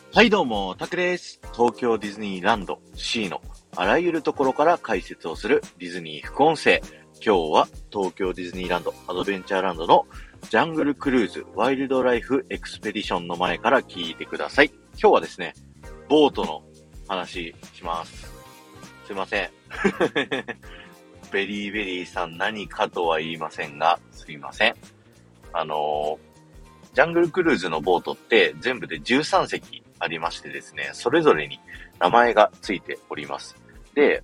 はいどうも、タクです。東京ディズニーランド C のあらゆるところから解説をするディズニー副音声。今日は東京ディズニーランドアドベンチャーランドのジャングルクルーズワイルドライフエクスペディションの前から聞いてください。今日はですね、ボートの話します。すいません。ベリーベリーさん何かとは言いませんが、すいません。ジャングルクルーズのボートって全部で13隻ありましてですね、それぞれに名前がついております。で、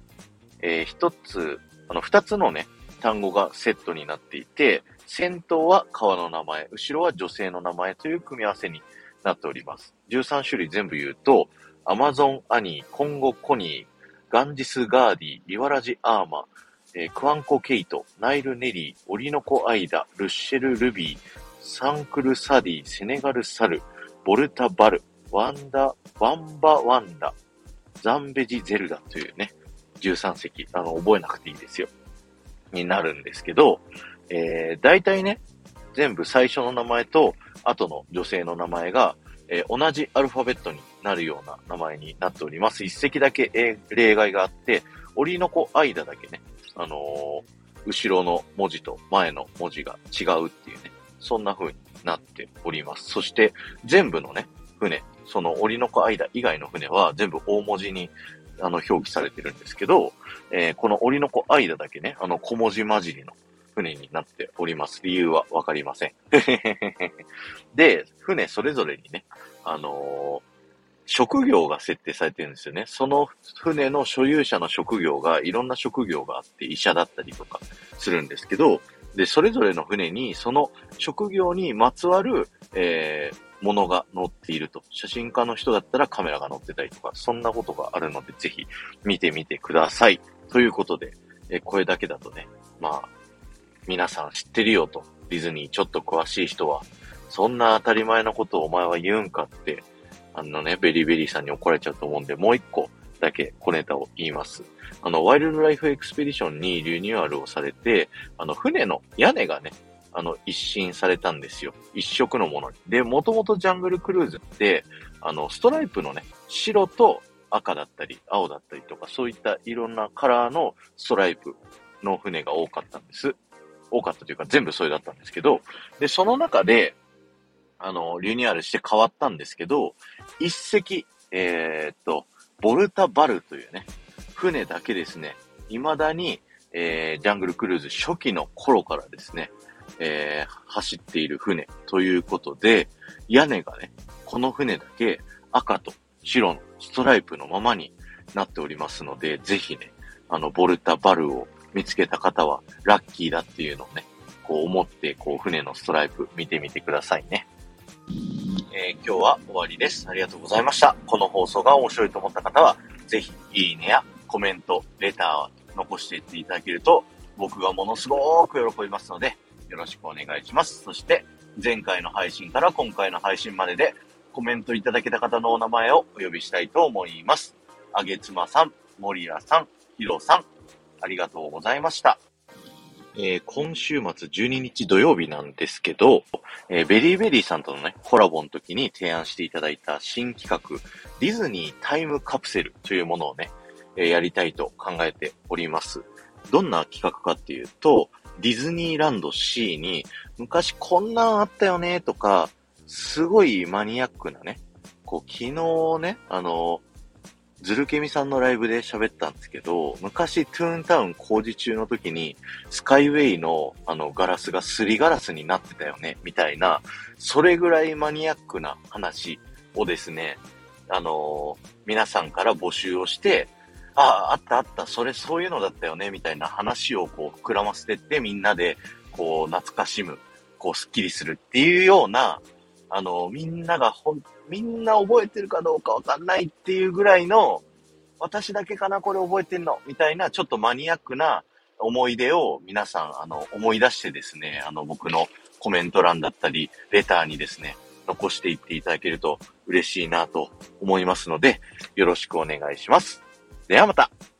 二つのね、単語がセットになっていて、先頭は川の名前、後ろは女性の名前という組み合わせになっております。13種類全部言うと、アマゾンアニー、コンゴコニー、ガンジスガーディ、リワラジアーマ、クワンコケイト、ナイルネリー、オリノコアイダ、ルッシェルルビー、サンクルサディ、セネガルサル、ボルタバル、ワンバワンダ、ザンベジゼルダというね、13隻、覚えなくていいですよ。になるんですけど、大体ね、全部最初の名前と後の女性の名前が、同じアルファベットになるような名前になっております。一隻だけ、例外があって、オリノコアイダだけね、後ろの文字と前の文字が違うっていうね、そんな風になっております。そして全部のね、船、そのオリノコアイダ以外の船は全部大文字に表記されてるんですけど、このオリノコアイダだけね、小文字混じりの船になっております。理由はわかりません。で、船それぞれにね、職業が設定されてるんですよね。その船の所有者の職業がいろんな職業があって、医者だったりとかするんですけど、で、それぞれの船にその職業にまつわる、ものが載っていると。写真家の人だったらカメラが載ってたりとか、そんなことがあるので、ぜひ見てみてください。ということで、これだけだとね、まあ、皆さん知ってるよと。ディズニーちょっと詳しい人は、そんな当たり前のことをお前は言うんかって、ベリーベリーさんに怒られちゃうと思うんで、もう一個だけ小ネタを言います。ワイルドライフエクスペディションにリニューアルをされて、船の屋根がね、一新されたんですよ。一色のものに。で、もともとジャングルクルーズって、ストライプのね、白と赤だったり、青だったりとか、そういったいろんなカラーのストライプの船が多かったんです。多かったというか、全部それだったんですけど、で、その中で、リニューアルして変わったんですけど、一隻、ボルタバルというね、船だけですね、未だに、ジャングルクルーズ初期の頃からですね、走っている船ということで、屋根がね、この船だけ赤と白のストライプのままになっておりますので、ぜひね、ボルタバルを見つけた方はラッキーだっていうのをね、こう思って、こう船のストライプ見てみてくださいね。今日は終わりです。ありがとうございました。この放送が面白いと思った方は、ぜひいいねやコメント、レターを残していっていただけると、僕がものすごく喜びますので、よろしくお願いします。そして、前回の配信から今回の配信までで、コメントいただけた方のお名前をお呼びしたいと思います。あげつまさん、森谷さん、ひろさん、ありがとうございました。今週末12日土曜日なんですけど、ベリーベリーさんとのね、コラボの時に提案していただいた新企画、ディズニータイムカプセルというものをね、やりたいと考えております。どんな企画かっていうと、ディズニーランド C に昔こんなんあったよねとか、すごいマニアックなね、こう昨日ね、ズルケミさんのライブで喋ったんですけど、昔トゥーンタウン工事中の時に、スカイウェイのガラスがすりガラスになってたよね、みたいな、それぐらいマニアックな話をですね、皆さんから募集をして、あった、そういうのだったよね、みたいな話をこう膨らませてってみんなでこう懐かしむ、こうスッキリするっていうような、みんな覚えてるかどうかわかんないっていうぐらいの、私だけかなこれ覚えてんのみたいな、ちょっとマニアックな思い出を皆さん、思い出してですね、僕のコメント欄だったり、レターにですね、残していっていただけると嬉しいなと思いますので、よろしくお願いします。ではまた。